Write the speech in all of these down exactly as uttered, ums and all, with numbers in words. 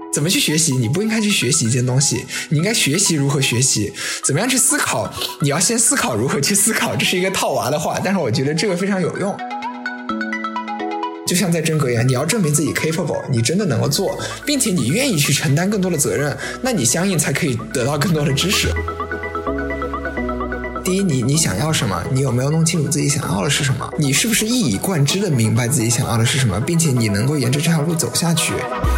怎么去学习？你不应该去学习一件东西，你应该学习如何学习，怎么样去思考，你要先思考如何去思考，这是一个套娃的话，但是我觉得这个非常有用。就像在真格一样，你要证明自己 capable， 你真的能够做，并且你愿意去承担更多的责任，那你相应才可以得到更多的知识。第一，你你想要什么？你有没有弄清楚自己想要的是什么？你是不是一以贯之的明白自己想要的是什么，并且你能够沿着这条路走下去？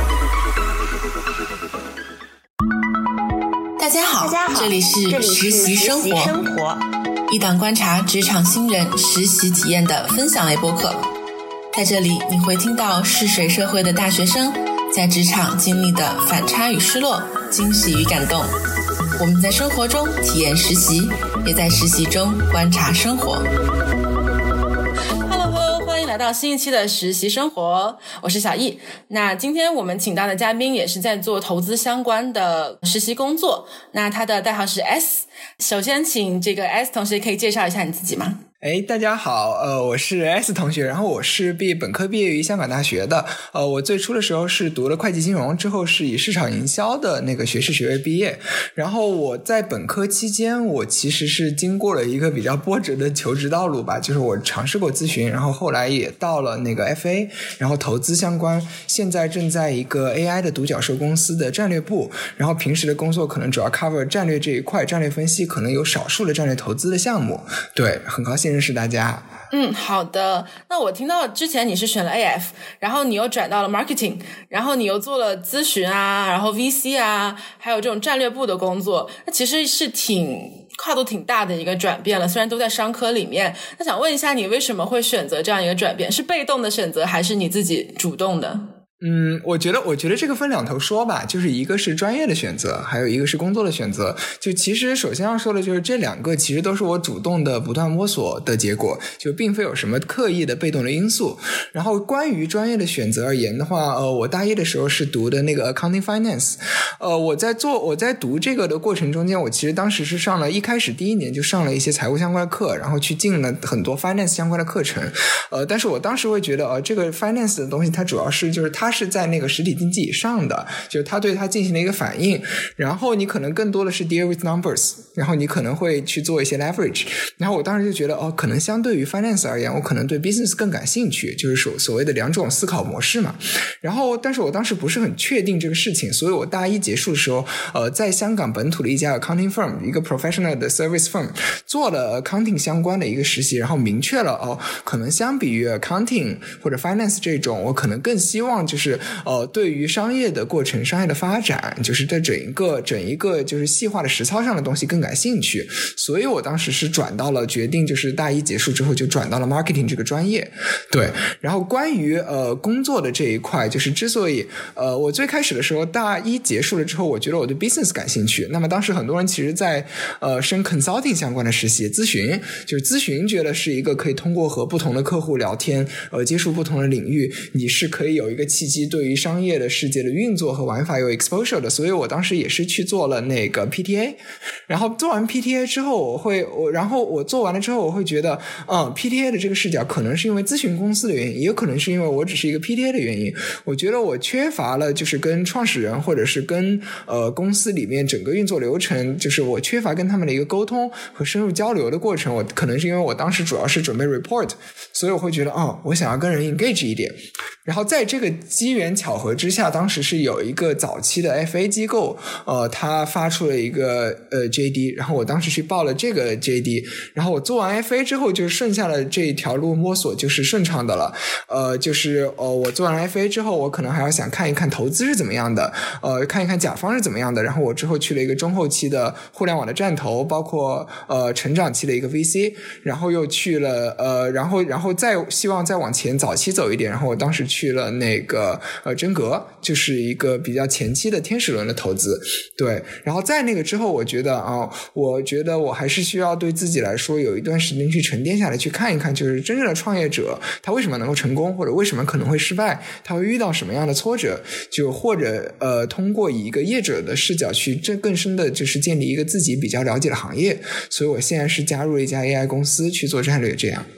大家好，大家好，这里是实习生活，生活一档观察职场新人实习体验的分享类播客。在这里，你会听到试水社会的大学生在职场经历的反差与失落、惊喜与感动。我们在生活中体验实习，也在实习中观察生活。Hello Hello， 欢迎来到新一期的实习生活，我是小易。那今天我们请到的嘉宾也是在做投资相关的实习工作，那他的代号是 S。首先请这个 S 同学可以介绍一下你自己吗？ 哎，大家好，呃，我是 S 同学，然后我是毕业本科毕业于香港大学的，呃，我最初的时候是读了会计金融，之后是以市场营销的那个学士学位毕业，然后我在本科期间，我其实是经过了一个比较波折的求职道路吧，就是我尝试过咨询，然后后来也到了那个 F A， 然后投资相关，现在正在一个 A I 的独角兽公司的战略部，然后平时的工作可能主要 cover 战略这一块，战略分析可能有少数的战略投资的项目，对，很高兴认识大家。 嗯，好的。那我听到之前你是选了 A F， 然后你又转到了 marketing， 然后你又做了咨询啊，然后 V C 啊，还有这种战略部的工作，那其实是挺跨度挺大的一个转变了，虽然都在商科里面。那想问一下，你为什么会选择这样一个转变？是被动的选择，还是你自己主动的？ 嗯，我觉得我觉得这个分两头说吧，就是一个是专业的选择，还有一个是工作的选择。就其实首先要说的就是这两个其实都是我主动的不断摸索的结果，就并非有什么刻意的被动的因素。然后关于专业的选择而言的话，呃，我大一的时候是读的那个 accounting finance， 呃，我在做我在读这个的过程中间，我其实当时是上了一开始第一年就上了一些财务相关的课，然后去进了很多 finance 相关的课程，呃，但是我当时会觉得，呃，这个 finance 的东西它主要是就是它是在那个实体经济以上的，就是它对它进行了一个反应，然后你可能更多的是 deal with numbers， 然后你可能会去做一些 leverage， 然后我当时就觉得哦，可能相对于 finance 而言，我可能对 business 更感兴趣，就是所所谓的两种思考模式嘛。然后但是我当时不是很确定这个事情，所以我大一结束的时候，呃，在香港本土的一家 accounting firm， 一个 professional 的 service firm 做了 accounting 相关的一个实习，然后明确了哦，可能相比于 accounting 或者 finance 这种，我可能更希望就是呃，对于商业的过程、商业的发展，就是在整一个整一个就是细化的实操上的东西更感兴趣，所以我当时是转到了决定，就是大一结束之后就转到了 marketing 这个专业。对，然后关于呃工作的这一块，就是之所以呃我最开始的时候大一结束了之后，我觉得我对 business 感兴趣，那么当时很多人其实在呃升 consulting 相关的实习，咨询就是咨询觉得是一个可以通过和不同的客户聊天，呃接触不同的领域，你是可以有一个契机对于商业的世界的运作和玩法有 exposure 的，所以我当时也是去做了那个 P T A， 然后做完 P T A 之后，我会我然后我做完了之后，我会觉得，嗯 ，P T A 的这个视角可能是因为咨询公司的原因，也有可能是因为我只是一个 P T A 的原因。我觉得我缺乏了就是跟创始人或者是跟呃公司里面整个运作流程，就是我缺乏跟他们的一个沟通和深入交流的过程。我可能是因为我当时主要是准备 report， 所以我会觉得，哦，我想要跟人 engage 一点。然后在这个机缘巧合之下，当时是有一个早期的 F A 机构，呃，他发出了一个呃 J D， 然后我当时去报了这个 J D， 然后我做完 F A 之后，就剩下的这一条路摸索就是顺畅的了。呃，就是呃，我做完 F A 之后，我可能还要想看一看投资是怎么样的，呃，看一看甲方是怎么样的。然后我之后去了一个中后期的互联网的战投，包括呃成长期的一个 V C， 然后又去了呃，然后然后再希望再往前早期走一点，然后我当时去了那个呃真格，就是一个比较前期的天使轮的投资。对，然后在那个之后，我觉得啊，我觉得我还是需要对自己来说有一段时间去沉淀下来，去看一看，就是真正的创业者他为什么能够成功，或者为什么可能会失败，他会遇到什么样的挫折，就或者呃通过以一个业者的视角去更深的就是建立一个自己比较了解的行业。所以我现在是加入了一家 A I 公司去做战略，这样。嗯。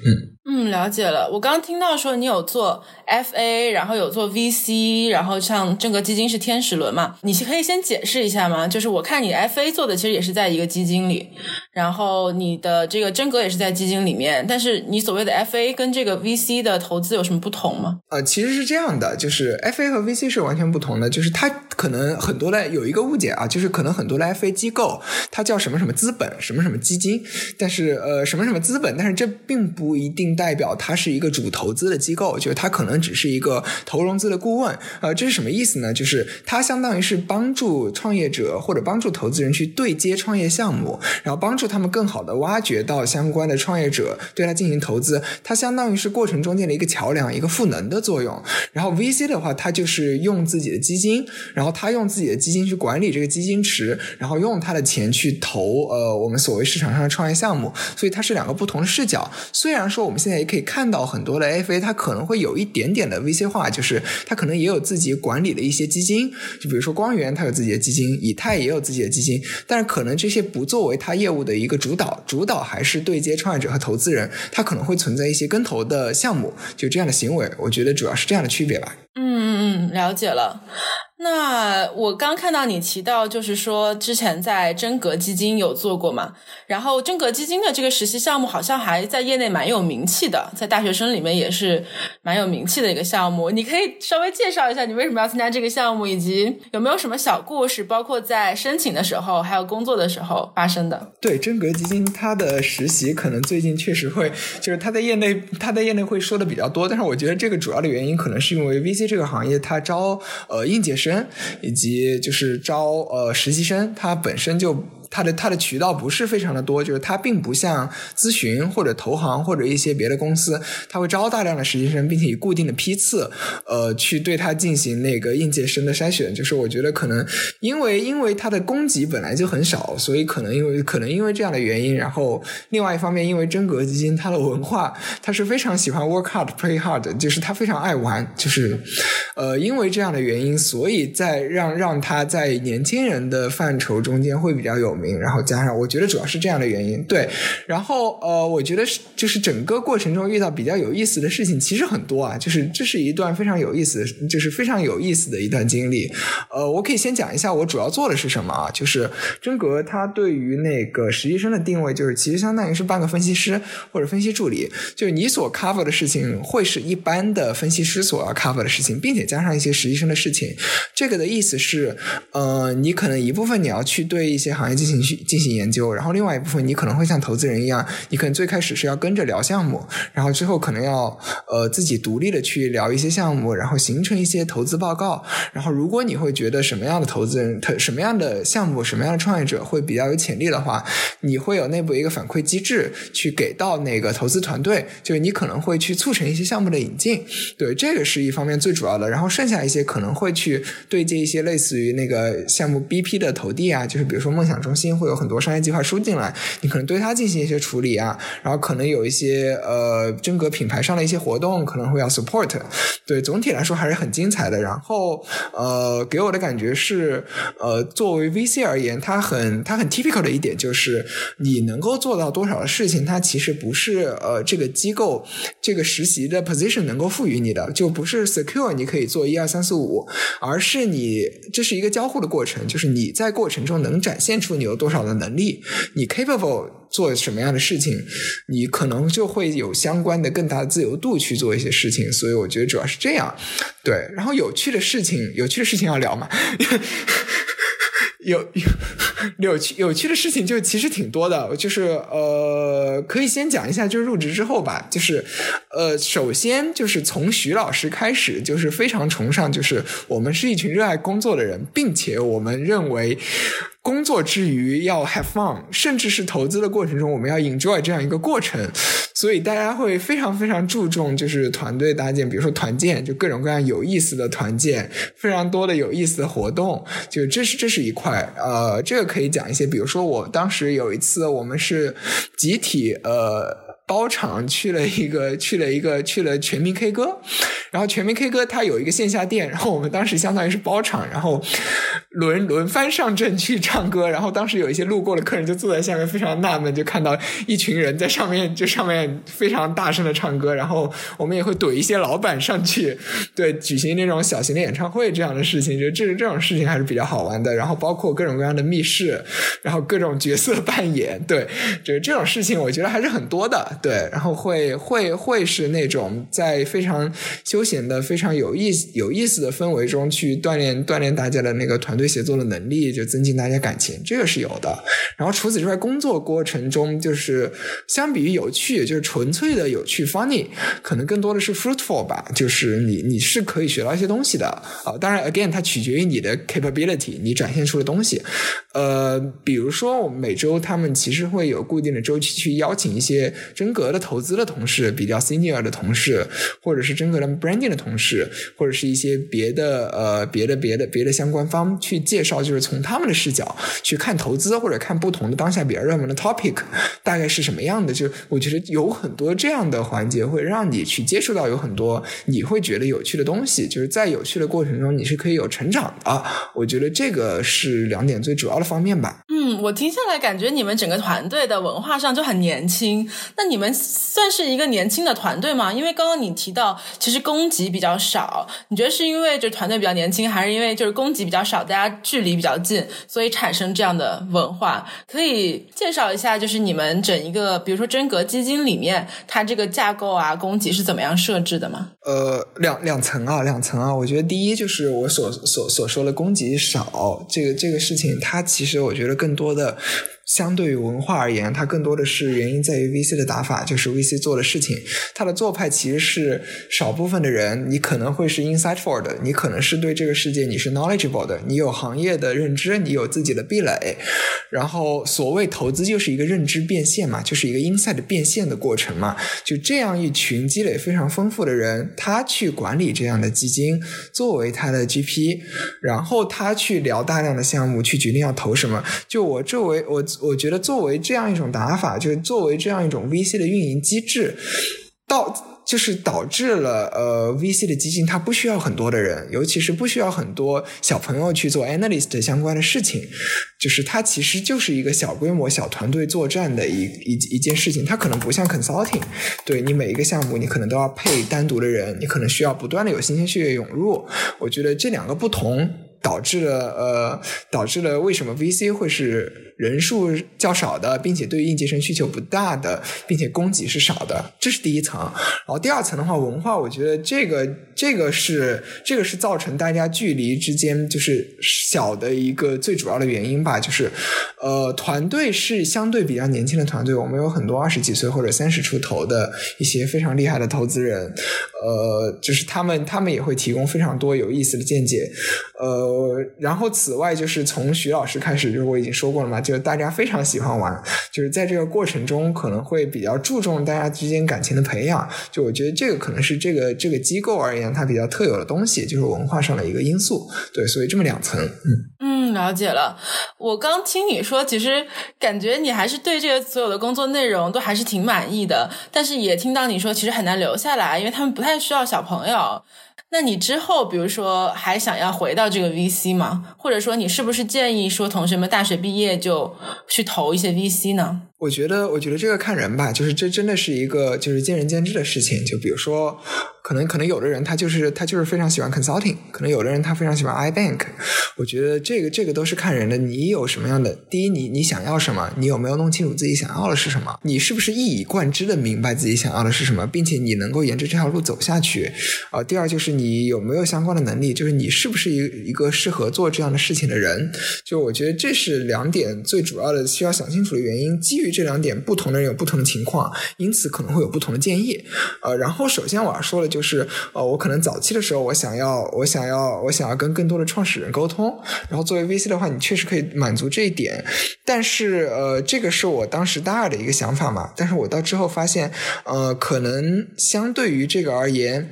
嗯，了解了。我刚刚听到说你有做 F A， 然后有做 V C， 然后像正格基金是天使轮嘛，你可以先解释一下吗？就是我看你 F A 做的其实也是在一个基金里，然后你的这个真格也是在基金里面，但是你所谓的 F A 跟这个 V C 的投资有什么不同吗？ 呃，其实是这样的，就是 F A 和 V C 是完全不同的，就是它可能很多的有一个误解啊，就是可能很多的 F A 机构它叫什么什么资本，什么什么基金，但是呃什么什么资本，但是这并不一定代表它是一个主投资的机构，就是它可能只是一个投融资的顾问。呃，这是什么意思呢？就是它相当于是帮助创业者或者帮助投资人去对接创业项目，然后帮助他们更好的挖掘到相关的创业者，对它进行投资。它相当于是过程中间的一个桥梁，一个赋能的作用。然后 V C 的话，它就是用自己的基金，然后他用自己的基金去管理这个基金池，然后用他的钱去投呃我们所谓市场上的创业项目，所以它是两个不同的视角。虽然说我们现在也可以看到很多的 F A 它可能会有一点点的 V C 化，就是它可能也有自己管理的一些基金，就比如说光源它有自己的基金，以太也有自己的基金，但是可能这些不作为它业务的一个主导，主导还是对接创业者和投资人，它可能会存在一些跟投的项目，就这样的行为，我觉得主要是这样的区别吧。 嗯嗯嗯，了解了。那我刚看到你提到就是说之前在真格基金有做过嘛，然后真格基金的这个实习项目好像还在业内蛮有名气的，在大学生里面也是蛮有名气的一个项目。你可以稍微介绍一下你为什么要参加这个项目，以及有没有什么小故事，包括在申请的时候还有工作的时候发生的。 对，真格基金它的实习可能最近确实会就是它在业内它在业内会说的比较多，但是我觉得这个主要的原因可能是因为 V C 这个行业它招呃应届生以及就是招呃实习生，它本身就它的它的渠道不是非常的多，就是它并不像咨询或者投行或者一些别的公司，它会招大量的实习生，并且以固定的批次呃去对它进行那个应届生的筛选。就是我觉得可能因为因为它的供给本来就很少，所以可能因为可能因为这样的原因，然后另外一方面因为真格基金它的文化，它是非常喜欢 work hard play hard， 就是它非常爱玩，就是呃因为这样的原因，所以在让让它在年轻人的范畴中间会比较有名，然后加上我觉得主要是这样的原因。对，然后呃我觉得就是整个过程中遇到比较有意思的事情其实很多啊，就是这是一段非常有意思的就是非常有意思的一段经历。呃我可以先讲一下我主要做的是什么啊，就是真格它对于那个实习生的定位就是其实相当于是半个分析师或者分析助理，就是你所 cover 的事情会是一般的分析师所要 cover 的事情，并且加上一些实习生的事情。这个的意思是呃你可能一部分你要去对一些行业进行进行研究，然后另外一部分你可能会像投资人一样，你可能最开始是要跟着聊项目，然后之后可能要呃自己独立的去聊一些项目，然后形成一些投资报告。然后如果你会觉得什么样的投资人什么样的项目什么样的创业者会比较有潜力的话，你会有内部一个反馈机制去给到那个投资团队，就是你可能会去促成一些项目的引进。对，这个是一方面最主要的。然后剩下一些可能会去对接一些类似于那个项目 B P 的投递啊，就是比如说梦想中心会有很多商业计划输进来，你可能对它进行一些处理啊，然后可能有一些呃真格品牌上的一些活动可能会要 support。 对，总体来说还是很精彩的。然后呃给我的感觉是呃作为 V C 而言，它很它很 typical 的一点就是你能够做到多少的事情，它其实不是呃这个机构这个实习的 position 能够赋予你的，就不是 secure 你可以做一二三四五，而是你这是一个交互的过程，就是你在过程中能展现出你有多少的能力，你 capable 做什么样的事情，你可能就会有相关的更大的自由度去做一些事情。所以我觉得主要是这样。对，然后有趣的事情有趣的事情要聊嘛有有有趣有趣的事情就其实挺多的，就是呃可以先讲一下就是入职之后吧。就是呃首先就是从徐老师开始就是非常崇尚，就是我们是一群热爱工作的人，并且我们认为工作之余要 have fun， 甚至是投资的过程中我们要 enjoy 这样一个过程。所以大家会非常非常注重就是团队搭建，比如说团建，就各种各样有意思的团建，非常多的有意思的活动，就这是这是一块。呃这个可以讲一些，比如说我当时有一次我们是集体呃包场去了一个去了一个去了全民 K 歌，然后全民 K 歌它有一个线下店，然后我们当时相当于是包场，然后轮轮番上阵去唱歌，然后当时有一些路过的客人就坐在下面非常纳闷，就看到一群人在上面就上面非常大声的唱歌，然后我们也会怼一些老板上去，对，举行那种小型的演唱会这样的事情，就这这种事情还是比较好玩的。然后包括各种各样的密室，然后各种角色扮演，对，这这种事情我觉得还是很多的，对，然后会会会是那种在非常休闲的非常有意思有意思的氛围中去锻炼锻炼大家的那个团队协作的能力，就增进大家感情，这个是有的。然后除此之外，工作过程中就是相比于有趣，就是纯粹的有趣 funny 可能更多的是 fruitful 吧，就是你你是可以学到一些东西的啊。当然 again 它取决于你的 capability， 你展现出的东西。呃，比如说我们每周他们其实会有固定的周期去邀请一些真格的投资的同事，比较 senior 的同事，或者是真格的 branding 的同事，或者是一些别的呃别的别的别的相关方去介绍，就是从他们的视角去看投资或者看不同的当下比较热门的 topic 大概是什么样的。就我觉得有很多这样的环节会让你去接触到有很多你会觉得有趣的东西，就是在有趣的过程中你是可以有成长的。我觉得这个是两点最主要的方面吧。 嗯，我听下来感觉你们整个团队的文化上就很年轻，那你们算是一个年轻的团队吗？因为刚刚你提到其实供给比较少，你觉得是因为就团队比较年轻，还是因为就是供给比较少，大家距离比较近，所以产生这样的文化？可以介绍一下就是你们整一个比如说真格基金里面它这个架构啊供给是怎么样设置的吗？ 呃，两两层啊，两层啊。我觉得第一就是我所所所说的供给少，这个这个事情，它其实我觉得更多的相对于文化而言，它更多的是原因在于 V C 的打法，就是 V C 做的事情，它的做派其实是少部分的人，你可能会是 insightful 的，你可能是对这个世界你是 knowledgeable 的，你有行业的认知，你有自己的壁垒，然后所谓投资就是一个认知变现嘛，就是一个 insight 变现的过程嘛，就这样一群积累非常丰富的人，他去管理这样的基金作为他的 G P， 然后他去聊大量的项目，去决定要投什么。就我作为我我觉得作为这样一种打法，就是作为这样一种 V C 的运营机制，到就是导致了呃 V C 的基金它不需要很多的人，尤其是不需要很多小朋友去做 analyst 相关的事情，就是它其实就是一个小规模小团队作战的一一一件事情，它可能不像 consulting， 对你每一个项目你可能都要配单独的人，你可能需要不断的有新鲜血液涌入。我觉得这两个不同导致了呃导致了为什么 V C 会是人数较少的，并且对于应届生需求不大的，并且供给是少的，这是第一层。然后第二层的话，文化，我觉得这个这个是这个是造成大家距离之间就是小的一个最主要的原因吧，就是呃团队是相对比较年轻的团队，我们有很多二十几岁或者三十出头的一些非常厉害的投资人，呃就是他们他们也会提供非常多有意思的见解。呃，然后此外就是从徐老师开始，就是我已经说过了嘛，就是大家非常喜欢玩，就是在这个过程中可能会比较注重大家之间感情的培养，就我觉得这个可能是这个这个机构而言它比较特有的东西，就是文化上的一个因素。对，所以这么两层。嗯嗯，了解了。我刚听你说，其实感觉你还是对这个所有的工作内容都还是挺满意的，但是也听到你说其实很难留下来，因为他们不太需要小朋友。那你之后比如说还想要回到这个 V C 吗？或者说你是不是建议说同学们大学毕业就去投一些 V C 呢？ 我觉得我觉得这个看人吧，就是这真的是一个就是见仁见智的事情。就比如说可能可能有的人他就是他就是非常喜欢 consulting， 可能有的人他非常喜欢 iBank。 我觉得这个这个都是看人的，你有什么样的，第一你你想要什么，你有没有弄清楚自己想要的是什么，你是不是一以贯之的明白自己想要的是什么，并且你能够沿着这条路走下去。呃，第二就是你有没有相关的能力，就是你是不是一一个适合做这样的事情的人。就我觉得这是两点最主要的需要想清楚的原因。基于这两点，不同的人有不同的情况，因此可能会有不同的建议。呃，然后首先我要说的就是，呃，我可能早期的时候，我想要，我想要，我想要跟更多的创始人沟通。然后作为 V C 的话，你确实可以满足这一点。但是，呃，这个是我当时大二的一个想法嘛。但是我到之后发现，呃，可能相对于这个而言，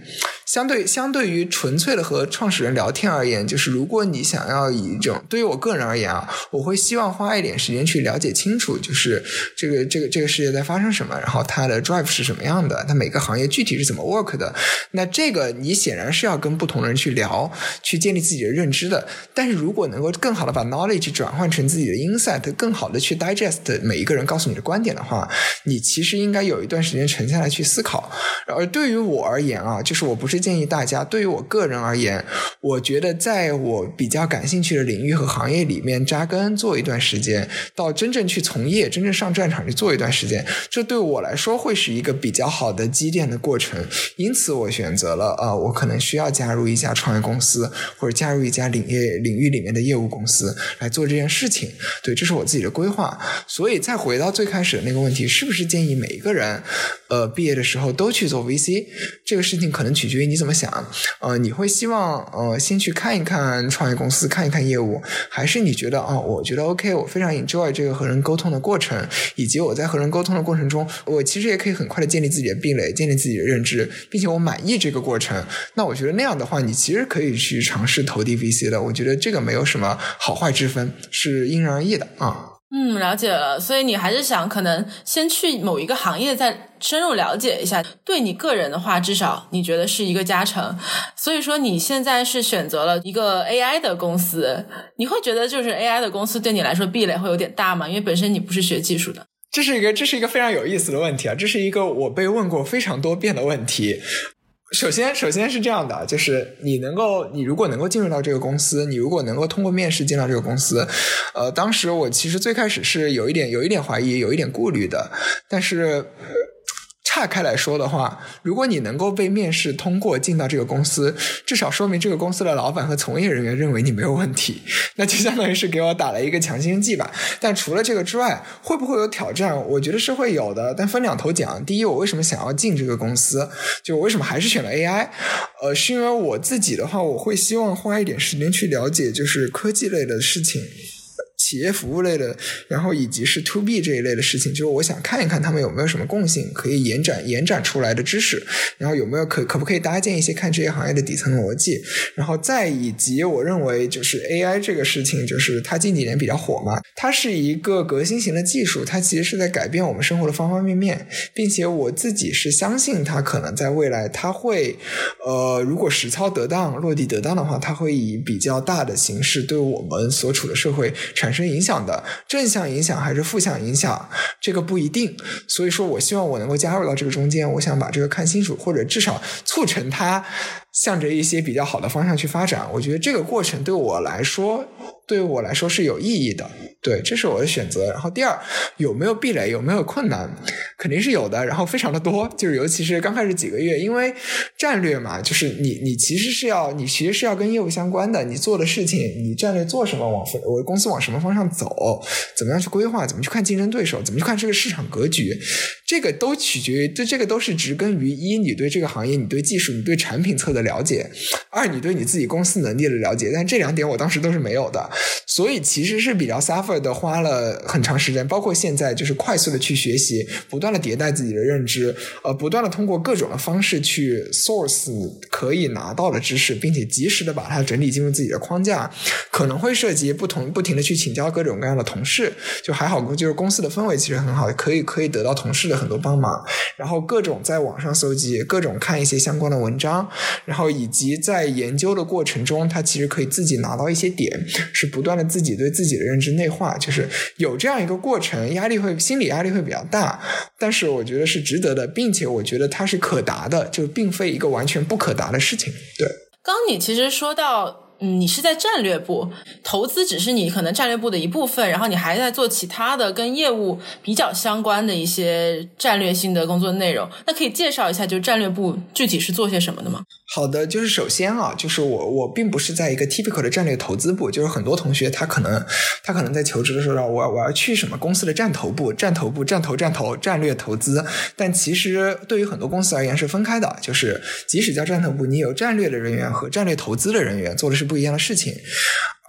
相对相对于纯粹的和创始人聊天而言，就是如果你想要以一种，对于我个人而言啊，我会希望花一点时间去了解清楚，就是这个这个这个世界在发生什么，然后它的 drive 是什么样的，它每个行业具体是怎么 work 的。那这个你显然是要跟不同人去聊，去建立自己的认知的。但是如果能够更好的把 knowledge 转换成自己的 insight， 更好的去 digest 每一个人告诉你的观点的话，你其实应该有一段时间沉下来去思考。而对于我而言啊，就是我不是建议大家，对于我个人而言，我觉得在我比较感兴趣的领域和行业里面扎根做一段时间，到真正去从业，真正上战场去做一段时间，这对我来说会是一个比较好的积淀的过程。因此我选择了啊、呃，我可能需要加入一家创业公司，或者加入一家领域领域里面的业务公司来做这件事情。对，这是我自己的规划。所以再回到最开始的那个问题，是不是建议每一个人呃毕业的时候都去做 V C？ 这个事情可能取决于你怎么想。呃，你会希望呃先去看一看创业公司，看一看业务，还是你觉得哦，我觉得 OK， 我非常 enjoy 这个和人沟通的过程，以及我在和人沟通的过程中，我其实也可以很快的建立自己的壁垒，建立自己的认知，并且我满意这个过程。那我觉得那样的话，你其实可以去尝试投递 V C 的。我觉得这个没有什么好坏之分，是因人而异的啊。 嗯，了解了。所以你还是想可能先去某一个行业再深入了解一下，对你个人的话至少你觉得是一个加成。所以说你现在是选择了一个 A I 的公司，你会觉得就是 A I 的公司对你来说壁垒会有点大吗？因为本身你不是学技术的。 这是一个这是一个非常有意思的问题啊，这是一个我被问过非常多遍的问题。首先首先是这样的，就是你能够你如果能够进入到这个公司，你如果能够通过面试进到这个公司，呃当时我其实最开始是有一点有一点怀疑，有一点顾虑的。但是岔开来说的话，如果你能够被面试通过进到这个公司，至少说明这个公司的老板和从业人员认为你没有问题，那就相当于是给我打了一个强心剂吧。但除了这个之外，会不会有挑战？我觉得是会有的，但分两头讲。第一，我为什么想要进这个公司，就我为什么还是选了 A I， 呃，是因为我自己的话，我会希望花一点时间去了解就是科技类的事情，企业服务类的，然后以及是 to B 这一类的事情，就是我想看一看他们有没有什么共性可以延展延展出来的知识，然后有没有可可不可以搭建一些看这些行业的底层逻辑，然后再以及我认为就是 A I 这个事情，就是它近几年比较火嘛，它是一个革新型的技术，它其实是在改变我们生活的方方面面，并且我自己是相信它可能在未来它会呃，如果实操得当落地得当的话，它会以比较大的形式对我们所处的社会产生影响的。正向影响还是负向影响这个不一定，所以说我希望我能够加入到这个中间，我想把这个看清楚，或者至少促成它向着一些比较好的方向去发展。我觉得这个过程对我来说对我来说是有意义的，对，这是我的选择。然后第二，有没有壁垒，有没有困难，肯定是有的，然后非常的多，就是尤其是刚开始几个月，因为战略嘛，就是你你其实是要你其实是要跟业务相关的，你做的事情，你战略做什么，往我的公司往什么方向走，怎么样去规划，怎么去看竞争对手，怎么去看这个市场格局，这个都取决于，对，这个都是植根于一，你对这个行业，你对技术，你对产品侧的了解；二，你对你自己公司能力的了解。但这两点我当时都是没有的，所以其实是比较 suffer 的，花了很长时间，包括现在就是快速的去学习，不断的迭代自己的认知，呃，不断的通过各种的方式去 source 可以拿到的知识，并且及时的把它整理进入自己的框架，可能会涉及不同不停的去请教各种各样的同事，就还好就是公司的氛围其实很好，可以可以得到同事的很多帮忙，然后各种在网上搜集，各种看一些相关的文章，然后以及在研究的过程中，他其实可以自己拿到一些点，是不断的自己对自己的认知内化，就是有这样一个过程，压力会心理压力会比较大，但是我觉得是值得的，并且我觉得它是可达的，就并非一个完全不可达的事情。对， 刚你其实说到嗯，你是在战略部，投资只是你可能战略部的一部分，然后你还在做其他的跟业务比较相关的一些战略性的工作内容，那可以介绍一下就战略部具体是做些什么的吗？ 好的，就是首先啊，就是我我并不是在一个 typical 的战略投资部，就是很多同学他可能他可能在求职的时候我我要去什么公司的战投部，战投部战投战投战略投资，但其实对于很多公司而言是分开的，就是即使叫战投部，你有战略的人员和战略投资的人员做的是不一样的事情。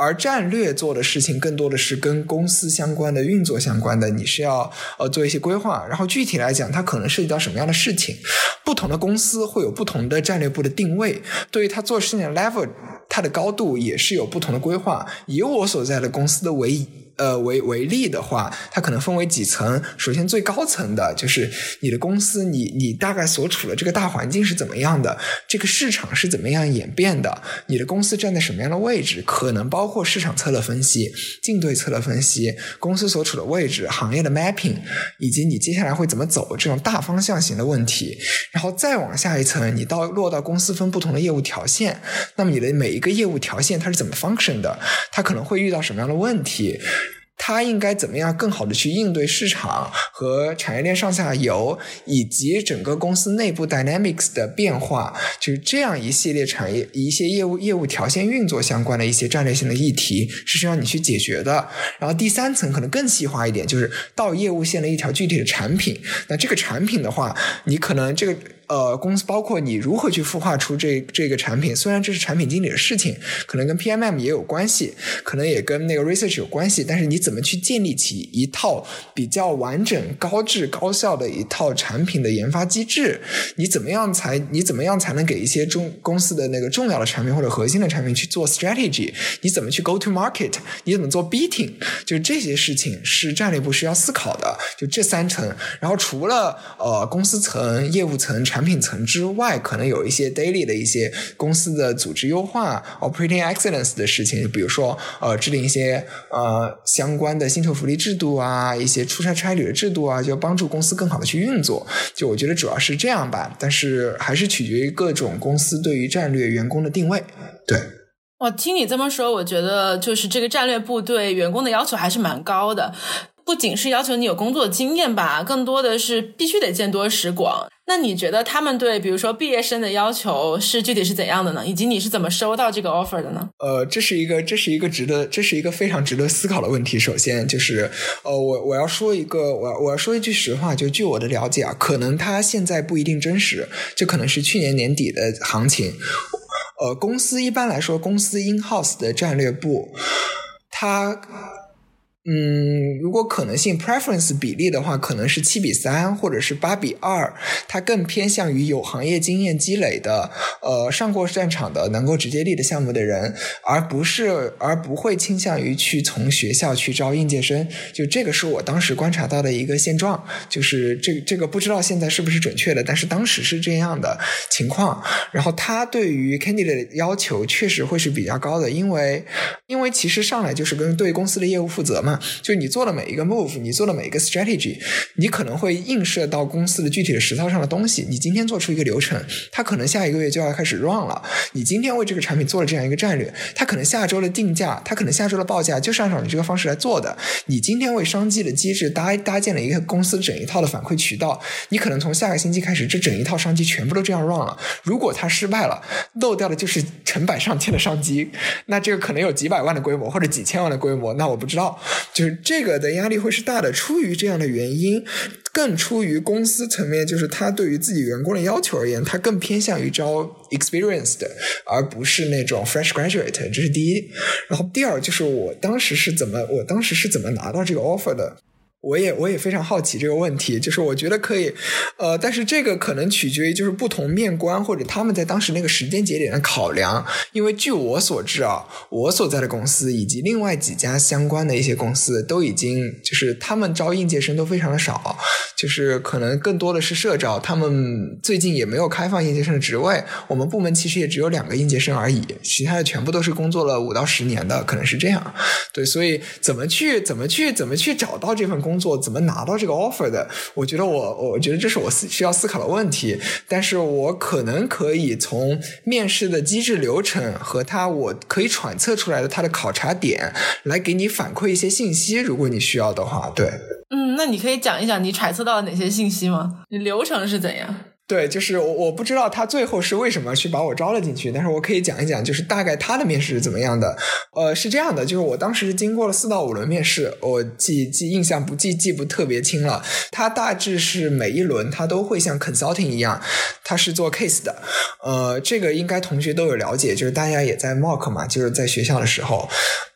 而战略做的事情更多的是跟公司相关的运作相关的，你是要呃做一些规划，然后具体来讲它可能涉及到什么样的事情，不同的公司会有不同的战略部的定位，对于它做事情的 level 它的高度也是有不同的规划。以我所在的公司的为呃为为例的话，它可能分为几层。首先最高层的就是你的公司你你大概所处的这个大环境是怎么样的，这个市场是怎么样演变的，你的公司站在什么样的位置，可能包括市场策略分析、竞对策略分析、公司所处的位置、行业的 mapping， 以及你接下来会怎么走这种大方向型的问题。然后再往下一层，你到落到公司分不同的业务条线，那么你的每一个业务条线它是怎么 function 的，它可能会遇到什么样的问题，它应该怎么样更好的去应对市场和产业链上下游以及整个公司内部 dynamics 的变化，就是这样一系列产业一些业务业务条线运作相关的一些战略性的议题是需要你去解决的。然后第三层可能更细化一点，就是到业务线的一条具体的产品，那这个产品的话，你可能这个呃，公司包括你如何去孵化出这这个产品，虽然这是产品经理的事情，可能跟 P M M 也有关系，可能也跟那个 research 有关系，但是你怎么去建立起一套比较完整、高质、高效的一套产品的研发机制？你怎么样才你怎么样才能给一些中公司的那个重要的产品或者核心的产品去做 strategy？ 你怎么去 go to market？ 你怎么做 beating？ 就是这些事情是战略部需要思考的，就这三层。然后除了呃公司层、业务层、产品层之外，可能有一些 daily 的一些公司的组织优化 operating excellence 的事情，比如说呃制定一些呃相关的薪酬福利制度啊，一些出差差旅的制度啊，就帮助公司更好的去运作。就我觉得主要是这样吧，但是还是取决于各种公司对于战略员工的定位。对， 我听你这么说，我觉得就是这个战略部对员工的要求还是蛮高的，不仅是要求你有工作经验吧，更多的是必须得见多识广。那你觉得他们对比如说毕业生的要求是具体是怎样的呢？以及你是怎么收到这个 offer 的呢？ 呃，这是一个这是一个值得这是一个非常值得思考的问题。首先就是呃我我要说一个我要我要说一句实话，就据我的了解啊，可能它现在不一定真实，这可能是去年年底的行情。呃，公司一般来说，公司 in-house 的战略部，它嗯，如果可能性 preference 比例的话，可能是七比三或者是八比二，它更偏向于有行业经验积累的呃上过战场的能够直接立的项目的人，而不是而不会倾向于去从学校去招应届生。就这个是我当时观察到的一个现状，就是这这个不知道现在是不是准确的，但是当时是这样的情况。然后他对于 candidate 的要求确实会是比较高的，因为因为其实上来就是跟对公司的业务负责嘛，就你做的每一个 move， 你做的每一个 strategy， 你可能会映射到公司的具体的实操上的东西。你今天做出一个流程，它可能下一个月就要开始 run 了。你今天为这个产品做了这样一个战略，它可能下周的定价，它可能下周的报价就是按照你这个方式来做的。你今天为商机的机制搭搭建了一个公司整一套的反馈渠道，你可能从下个星期开始，这整一套商机全部都这样 run 了。如果它失败了，漏掉的就是成百上千的商机，那这个可能有几百万的规模或者几千万的规模，那我不知道。就是这个的压力会是大的，出于这样的原因，更出于公司层面，就是他对于自己员工的要求而言，他更偏向于招 experienced 而不是那种 fresh graduate， 这是第一。然后第二就是我当时是怎么我当时是怎么拿到这个 offer 的。我也我也非常好奇这个问题，就是我觉得可以呃，但是这个可能取决于就是不同面关或者他们在当时那个时间节点的考量。因为据我所知啊，我所在的公司以及另外几家相关的一些公司都已经就是他们招应届生都非常的少，就是可能更多的是社招，他们最近也没有开放应届生的职位，我们部门其实也只有两个应届生而已，其他的全部都是工作了五到十年的，可能是这样。对，所以怎么去怎么去怎么去找到这份工作工作怎么拿到这个 offer 的，我觉得我我觉得这是我需要思考的问题。但是我可能可以从面试的机制流程和他我可以揣测出来的他的考察点来给你反馈一些信息，如果你需要的话。对， 嗯，那你可以讲一讲你揣测到了哪些信息吗？你流程是怎样？ 对，就是我我不知道他最后是为什么去把我招了进去，但是我可以讲一讲就是大概他的面试是怎么样的。呃，是这样的，就是我当时经过了四到五轮面试，我记记印象不记记不特别清了。他大致是每一轮他都会像 consulting 一样，他是做 case 的。呃，这个应该同学都有了解，就是大家也在 mock 嘛，就是在学校的时候。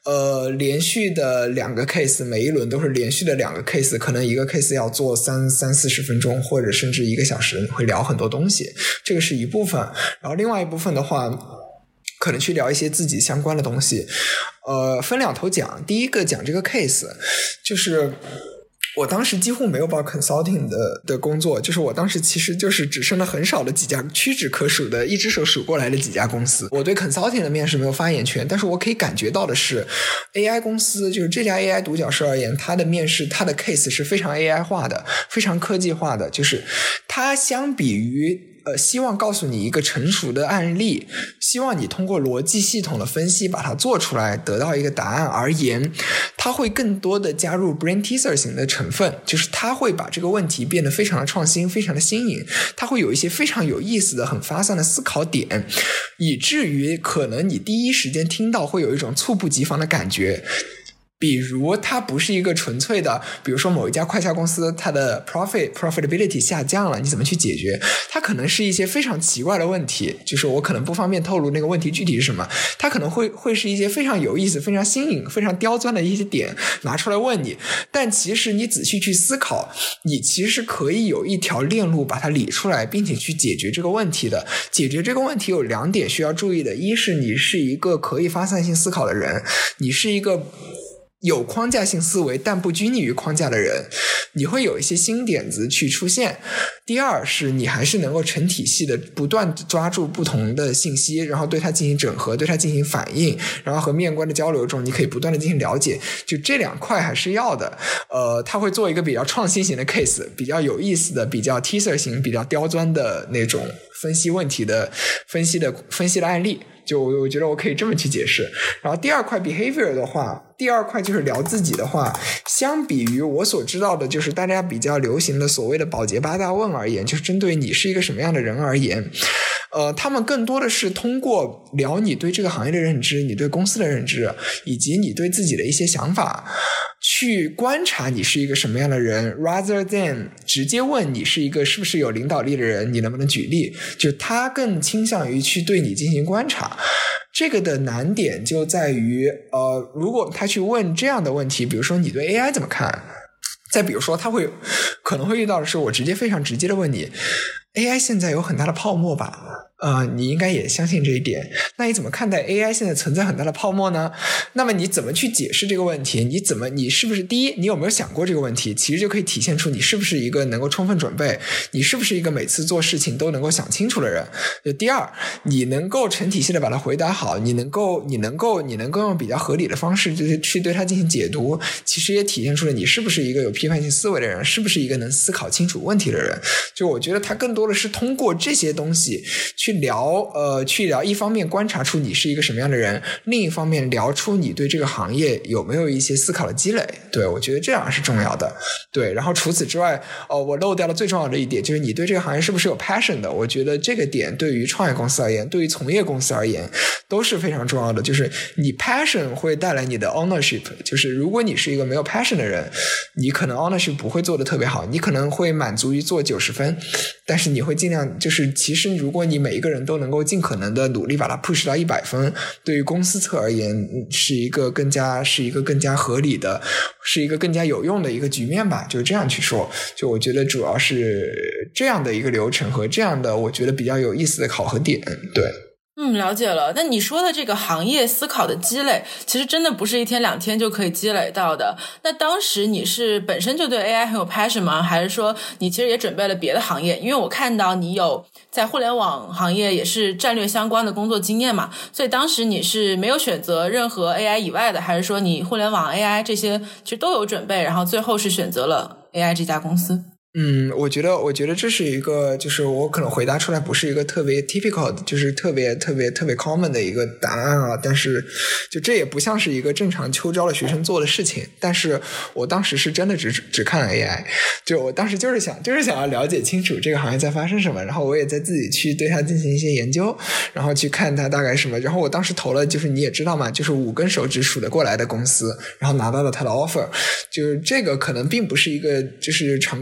呃，连续的两个 case， 每一轮都是连续的两个 case， 可能一个 case 要做三三四十分钟，或者甚至一个小时，会聊很多东西，这个是一部分。然后另外一部分的话，可能去聊一些自己相关的东西。呃，分两头讲，第一个讲这个 case， 就是我当时几乎没有报 consulting 的的工作，就是我当时其实就是只剩了很少的几家，屈指可数的一只手数过来的几家公司。我对 consulting 的面试没有发言权，但是我可以感觉到的是 A I 公司，就是这家 A I 独角兽而言，它的面试，它的 case 是非常 A I 化的，非常科技化的，就是它相比于呃，希望告诉你一个成熟的案例，希望你通过逻辑系统的分析把它做出来，得到一个答案而言，它会更多的加入 brain teaser 型的成分，就是它会把这个问题变得非常的创新，非常的新颖，它会有一些非常有意思的很发散的思考点，以至于可能你第一时间听到会有一种猝不及防的感觉。比如它不是一个纯粹的，比如说某一家快销公司它的 profit profitability 下降了，你怎么去解决？它可能是一些非常奇怪的问题，就是我可能不方便透露那个问题具体是什么，它可能会会是一些非常有意思、非常新颖、非常刁钻的一些点拿出来问你，但其实你仔细去思考，你其实可以有一条链路把它理出来，并且去解决这个问题的。解决这个问题有两点需要注意的，一是你是一个可以发散性思考的人，你是一个有框架性思维但不拘泥于框架的人，你会有一些新点子去出现。第二是你还是能够成体系的不断抓住不同的信息，然后对它进行整合，对它进行反应，然后和面观的交流中你可以不断的进行了解，就这两块还是要的。呃，他会做一个比较创新型的 case， 比较有意思的，比较 teaser 型，比较刁钻的那种分析问题的分析的分析的案例，就我觉得我可以这么去解释。然后第二块 behavior 的话，第二块就是聊自己的话，相比于我所知道的就是大家比较流行的所谓的保洁八大问而言，就是针对你是一个什么样的人而言，呃，他们更多的是通过聊你对这个行业的认知，你对公司的认知，以及你对自己的一些想法，去观察你是一个什么样的人 rather than 直接问你是一个是不是有领导力的人，你能不能举例，就他更倾向于去对你进行观察。这个的难点就在于呃，如果他去问这样的问题，比如说你对 A I 怎么看，再比如说他会可能会遇到的是我直接非常直接的问你 A I 现在有很大的泡沫吧，呃，你应该也相信这一点，那你怎么看待 A I 现在存在很大的泡沫呢？那么你怎么去解释这个问题？你怎么你是不是第一你有没有想过这个问题，其实就可以体现出你是不是一个能够充分准备，你是不是一个每次做事情都能够想清楚的人。就第二，你能够成体系的把它回答好，你能够你能够你能够用比较合理的方式去去对它进行解读，其实也体现出了你是不是一个有批判性思维的人，是不是一个能思考清楚问题的人。就我觉得他更多的是通过这些东西去聊呃，去聊一方面观察出你是一个什么样的人，另一方面聊出你对这个行业有没有一些思考的积累。对，我觉得这样是重要的。对，然后除此之外哦，我漏掉了最重要的一点，就是你对这个行业是不是有 passion 的。我觉得这个点对于创业公司而言，对于从业公司而言都是非常重要的。就是你 passion 会带来你的 ownership， 就是如果你是一个没有 passion 的人，你可能 ownership 不会做得特别好，你可能会满足于做九十分，但是你会尽量就是其实如果你每一个人都能够尽可能的努力把它 push 到一百分，对于公司侧而言是一个更加是一个更加合理的，是一个更加有用的一个局面吧，就这样去说。就我觉得主要是这样的一个流程和这样的我觉得比较有意思的考核点。对， 嗯，了解了。那你说的这个行业思考的积累，其实真的不是一天两天就可以积累到的。那当时你是本身就对 A I 很有 passion 吗？还是说你其实也准备了别的行业？因为我看到你有在互联网行业也是战略相关的工作经验嘛，所以当时你是没有选择任何 A I 以外的，还是说你互联网 A I 这些其实都有准备，然后最后是选择了 A I 这家公司？ 嗯，我觉得，我觉得这是一个，就是我可能回答出来不是一个特别 typical 的，就是特别特别特别 common 的一个答案啊。但是，就这也不像是一个正常秋招的学生做的事情。但是我当时是真的只只看了 A I， 就我当时就是想，就是想要了解清楚这个行业在发生什么，然后我也在自己去对它进行一些研究，然后去看它大概什么。然后我当时投了，就是你也知道嘛，就是五根手指数得过来的公司，然后拿到了它的 offer。就是这个可能并不是一个就是常规的。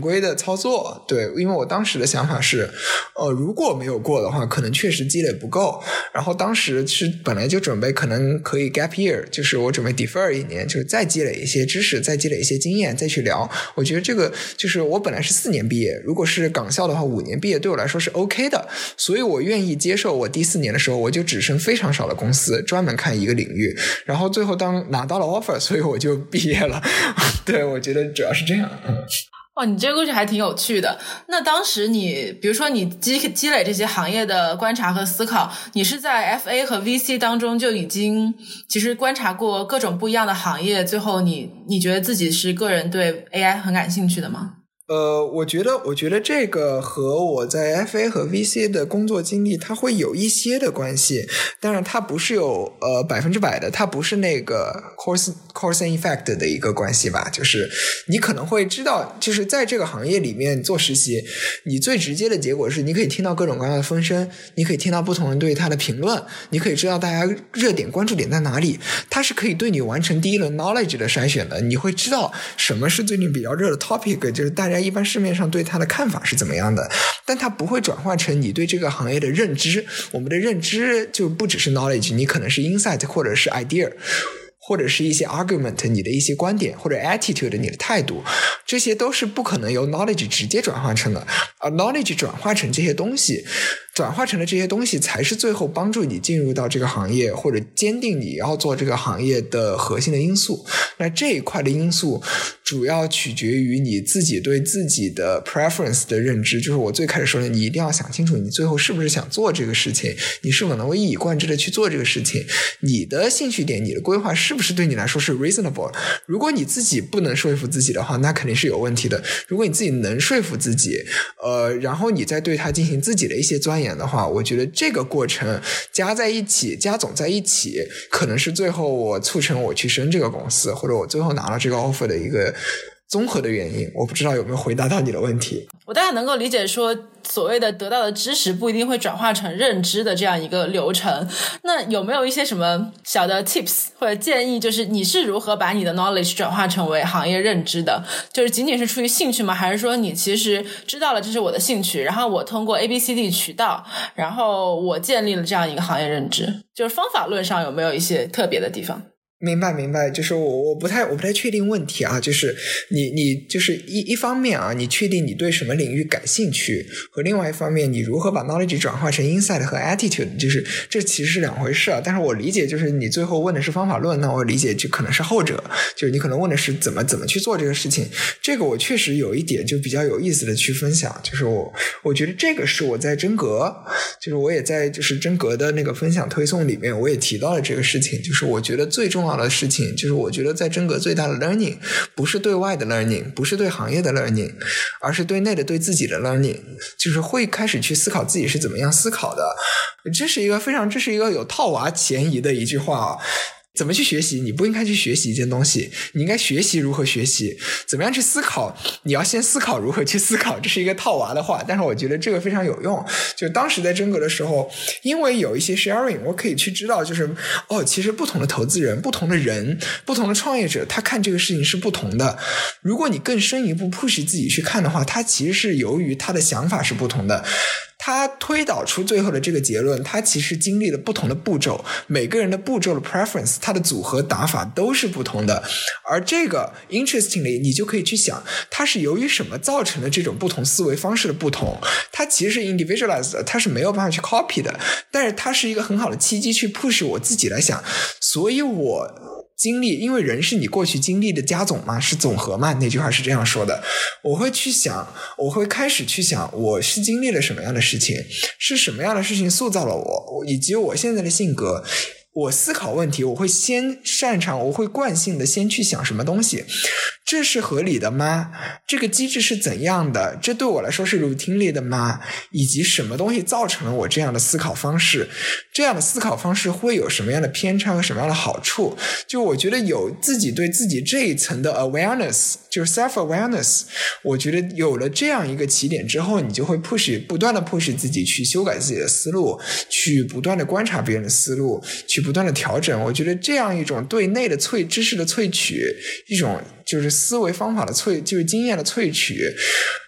操作。对，因为我当时的想法是呃，如果没有过的话可能确实积累不够，然后当时是本来就准备可能可以 gap year， 就是我准备 defer 一年，就是再积累一些知识，再积累一些经验，再去聊。我觉得这个就是我本来是四年毕业，如果是港校的话五年毕业对我来说是 OK 的，所以我愿意接受我第四年的时候我就只剩非常少的公司专门看一个领域，然后最后当拿到了 offer， 所以我就毕业了。对，我觉得主要是这样。嗯， 哦，你这个故事还挺有趣的。那当时你比如说你积积累这些行业的观察和思考，你是在 F A 和 V C 当中就已经其实观察过各种不一样的行业，最后你你觉得自己是个人对 A I 很感兴趣的吗？ 呃，我觉得，我觉得这个和我在 F A 和 V C 的工作经历，它会有一些的关系。当然，它不是有呃百分之百的，它不是那个 cause cause and effect 的一个关系吧。就是你可能会知道，就是在这个行业里面做实习，你最直接的结果是，你可以听到各种各样的风声，你可以听到不同人对它的评论，你可以知道大家热点关注点在哪里。它是可以对你完成第一轮 knowledge 的筛选的。你会知道什么是最近比较热的 topic， 就是大家。一般市面上对它的看法是怎么样的，但它不会转化成你对这个行业的认知。我们的认知就不只是 knowledge， 你可能是 insight 或者是 idea， 或者是一些 argument， 你的一些观点，或者 attitude， 你的态度，这些都是不可能由 knowledge 直接转化成的。而 knowledge 转化成这些东西，转化成的这些东西才是最后帮助你进入到这个行业或者坚定你要做这个行业的核心的因素。那这一块的因素主要取决于你自己对自己的 preference 的认知，就是我最开始说的，你一定要想清楚你最后是不是想做这个事情，你是否能够一以贯之的去做这个事情，你的兴趣点，你的规划是不是对你来说是 reasonable。 如果你自己不能说服自己的话，那肯定是有问题的。如果你自己能说服自己，呃，然后你再对它进行自己的一些钻研的话，我觉得这个过程加在一起，加总在一起，可能是最后我促成我去升这个公司，或者我最后拿了这个 offer 的一个综合的原因。我不知道有没有回答到你的问题。 我大概能够理解说所谓的得到的知识不一定会转化成认知的这样一个流程。那有没有一些什么小的 tips 或者建议，就是你是如何把你的 knowledge 转化成为行业认知的？就是仅仅是出于兴趣吗？还是说你其实知道了这是我的兴趣，然后我通过 A B C D 渠道，然后我建立了这样一个行业认知？就是方法论上有没有一些特别的地方？ 明白明白，就是我我不太我不太确定问题啊，就是你你就是一一方面啊，你确定你对什么领域感兴趣，和另外一方面你如何把 knowledge 转化成 insight 和 attitude， 就是这其实是两回事啊。但是我理解就是你最后问的是方法论，那我理解就可能是后者，就是你可能问的是怎么怎么去做这个事情。这个我确实有一点就比较有意思的去分享，就是我我觉得这个是我在真格，就是我也在就是真格的那个分享推送里面我也提到了这个事情，就是我觉得最重要的事情就是我觉得在真格最大的 learning 不是对外的 learning， 不是对行业的 learning， 而是对内的对自己的 learning， 就是会开始去思考自己是怎么样思考的。这是一个非常这是一个有套娃嫌疑的一句话啊。怎么去学习？你不应该去学习一件东西，你应该学习如何学习。怎么样去思考？你要先思考如何去思考。这是一个套娃的话，但是我觉得这个非常有用。就当时在真格的时候，因为有一些 sharing， 我可以去知道，就是哦，其实不同的投资人、不同的人、不同的创业者，他看这个事情是不同的。如果你更深一步 push 自己去看的话，他其实是由于他的想法是不同的。他推导出最后的这个结论，他其实经历了不同的步骤，每个人的步骤的 preference， 他的组合打法都是不同的。而这个 interestingly， 你就可以去想，它是由于什么造成的这种不同思维方式的不同。它其实是 individualized 的，它是没有办法去 copy 的，但是它是一个很好的契机去 push 我自己来想。所以我经历，因为人是你过去经历的加总嘛，是总和嘛，那句话是这样说的。我会去想，我会开始去想，我是经历了什么样的事情，是什么样的事情塑造了我，以及我现在的性格。我思考问题，我会先擅长，我会惯性的先去想什么东西，这是合理的吗？这个机制是怎样的？这对我来说是 routinely 的吗？以及什么东西造成了我这样的思考方式？这样的思考方式会有什么样的偏差和什么样的好处？就我觉得有自己对自己这一层的 awareness， 就是 self awareness， 我觉得有了这样一个起点之后，你就会 push 不断的 push 自己去修改自己的思路，去不断的观察别人的思路，去不断的调整。我觉得这样一种对内的萃知识的萃取，一种就是思维方法的萃就是经验的萃取，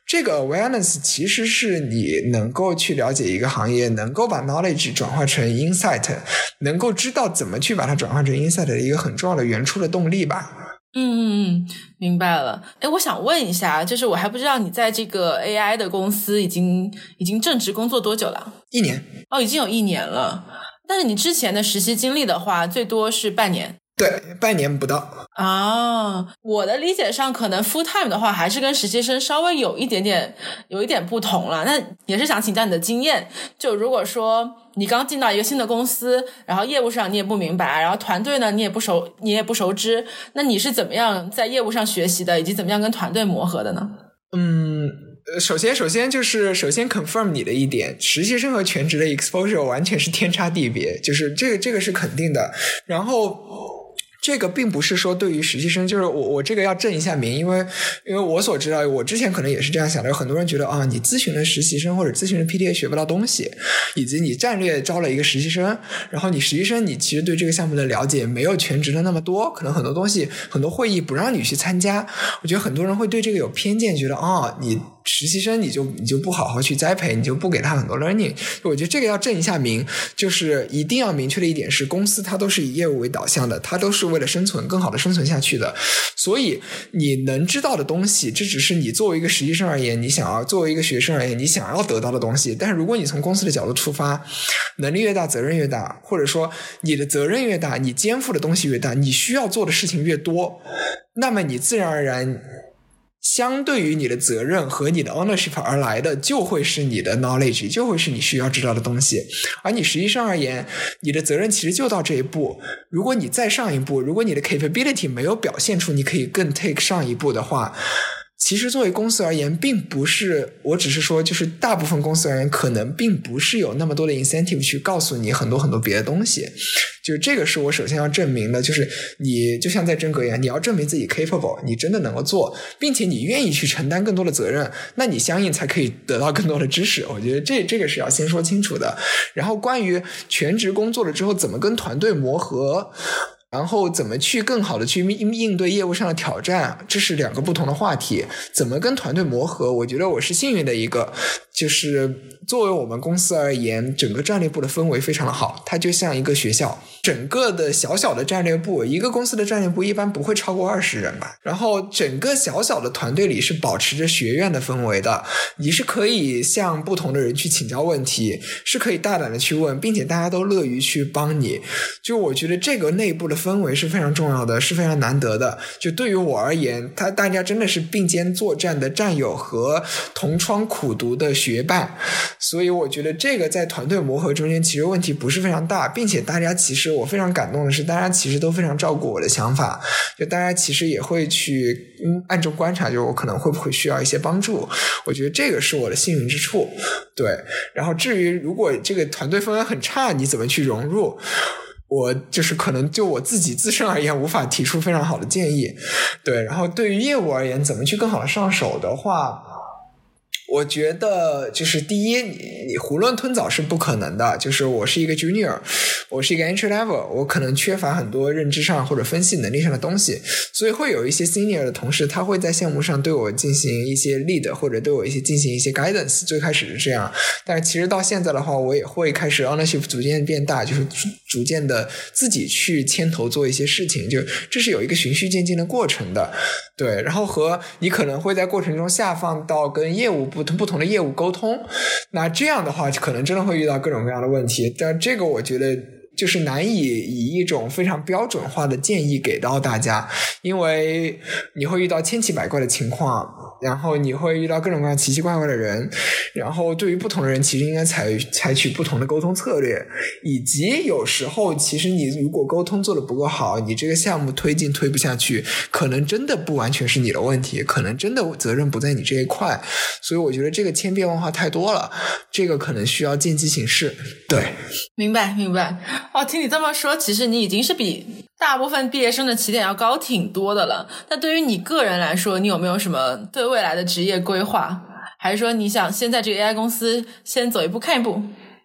这个 awareness 其实是你能够去了解一个行业，能够把 knowledge 转化成 insight， 能够知道怎么去把它转化成 insight 的一个很重要的原初的动力吧。 嗯嗯嗯，明白了。诶，我想问一下，就是我还不知道你在这个 A I 的公司已经已经正职工作多久了？ 一年。 哦，已经有一年了。但是你之前的实习经历的话，最多是半年。 对，半年不到。 啊，我的理解上可能 full time 的话还是跟实习生稍微有一点点有一点不同了。那也是想请教你的经验，就如果说你刚进到一个新的公司，然后业务上你也不明白，然后团队呢你也不熟你也不熟知，那你是怎么样在业务上学习的，以及怎么样跟团队磨合的呢？ 嗯首先首先就是首先 confirm 你的一点，实习生和全职的 exposure 完全是天差地别，就是这个这个是肯定的。然后这个并不是说对于实习生，就是我我这个要正一下名，因为因为我所知道，我之前可能也是这样想的，有很多人觉得啊，你咨询的实习生或者咨询的 P T A 学不到东西，以及你战略招了一个实习生，然后你实习生你其实对这个项目的了解没有全职的那么多，可能很多东西很多会议不让你去参加，我觉得很多人会对这个有偏见，觉得啊你实习生你就你就不好好去栽培，你就不给他很多 learning。 我觉得这个要正一下名，就是一定要明确的一点是，公司它都是以业务为导向的，它都是为了生存更好的生存下去的，所以你能知道的东西，这只是你作为一个实习生而言，你想要作为一个学生而言你想要得到的东西。但是如果你从公司的角度出发，能力越大责任越大，或者说你的责任越大，你肩负的东西越大，你需要做的事情越多，那么你自然而然相对于你的责任和你的 ownership 而来的就会是你的 knowledge， 就会是你需要知道的东西。而你实习生而言，你的责任其实就到这一步，如果你再上一步，如果你的 capability 没有表现出你可以更 take 上一步的话，其实作为公司而言并不是，我只是说就是大部分公司而言可能并不是有那么多的 incentive 去告诉你很多很多别的东西，就这个是我首先要证明的，就是你就像在真格一样，你要证明自己 capable， 你真的能够做，并且你愿意去承担更多的责任，那你相应才可以得到更多的知识。我觉得这这个是要先说清楚的。然后关于全职工作了之后怎么跟团队磨合，然后怎么去更好的去应对业务上的挑战，这是两个不同的话题。怎么跟团队磨合，我觉得我是幸运的一个，就是作为我们公司而言，整个战略部的氛围非常的好，它就像一个学校，整个的小小的战略部，一个公司的战略部一般不会超过二十人吧，然后整个小小的团队里是保持着学院的氛围的，你是可以向不同的人去请教问题，是可以大胆的去问，并且大家都乐于去帮你。就我觉得这个内部的氛围是非常重要的，是非常难得的。就对于我而言，他大家真的是并肩作战的战友和同窗苦读的学伴，所以我觉得这个在团队磨合中间其实问题不是非常大，并且大家其实我非常感动的是，大家其实都非常照顾我的想法，就大家其实也会去嗯暗中观察，就我可能会不会需要一些帮助，我觉得这个是我的幸运之处。对，然后至于如果这个团队氛围很差，你怎么去融入，我就是可能就我自己自身而言无法提出非常好的建议。对，然后对于业务而言怎么去更好的上手的话，我觉得就是第一，你你囫囵吞枣是不可能的，就是我是一个 junior， 我是一个 entry level， 我可能缺乏很多认知上或者分析能力上的东西，所以会有一些 senior 的同事他会在项目上对我进行一些 lead， 或者对我一些进行一些 guidance， 最开始是这样，但是其实到现在的话，我也会开始 ownership 逐渐变大，就是逐渐的自己去牵头做一些事情，就这是有一个循序渐进的过程的。对，然后和你可能会在过程中下放到跟业务不同不同的业务沟通，那这样的话可能真的会遇到各种各样的问题，但这个我觉得就是难以以一种非常标准化的建议给到大家，因为你会遇到千奇百怪的情况，然后你会遇到各种各样奇奇怪怪的人，然后对于不同的人其实应该采采取不同的沟通策略，以及有时候其实你如果沟通做得不够好，你这个项目推进推不下去，可能真的不完全是你的问题，可能真的责任不在你这一块，所以我觉得这个千变万化太多了，这个可能需要见机行事。对， 明白明白。哦，听你这么说，其实你已经是比大部分毕业生的起点要高挺多的了。那对于你个人来说，你有没有什么对未来的职业规划？还是说你想先在这个 A I 公司先走一步看一步？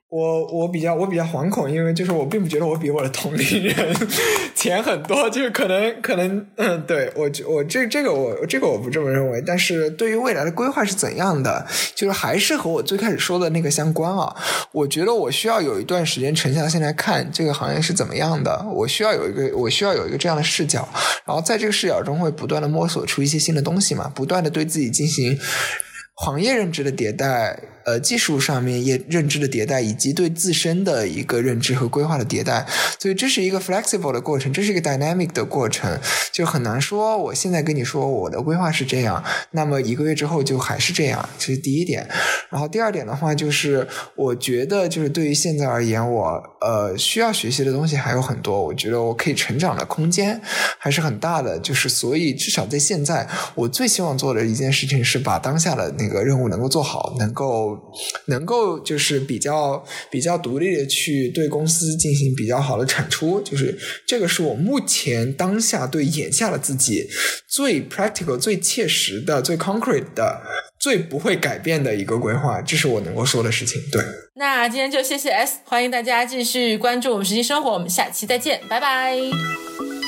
我我比较我比较惶恐，因为就是我并不觉得我比我的同龄人钱很多，就是可能可能嗯，对我我这这个我这个我不这么认为，但是对于未来的规划是怎样的，就是还是和我最开始说的那个相关啊。我觉得我需要有一段时间沉下心来看这个行业是怎么样的，我需要有一个我需要有一个这样的视角，然后在这个视角中会不断的摸索出一些新的东西嘛，不断的对自己进行行业认知的迭代，呃，技术上面也认知的迭代，以及对自身的一个认知和规划的迭代，所以这是一个 flexible 的过程，这是一个 dynamic 的过程，就很难说我现在跟你说我的规划是这样，那么一个月之后就还是这样，这是第一点。然后第二点的话，就是我觉得就是对于现在而言，我呃需要学习的东西还有很多，我觉得我可以成长的空间还是很大的，就是所以至少在现在，我最希望做的一件事情是把当下的那个任务能够做好，能够能够就是比较比较独立的去对公司进行比较好的产出，就是这个是我目前当下对眼下的自己最 practical 最切实的最 concrete 的最不会改变的一个规划，这是我能够说的事情。对， 那今天就谢谢 S， 欢迎大家继续关注我们实习生活，我们下期再见，拜拜。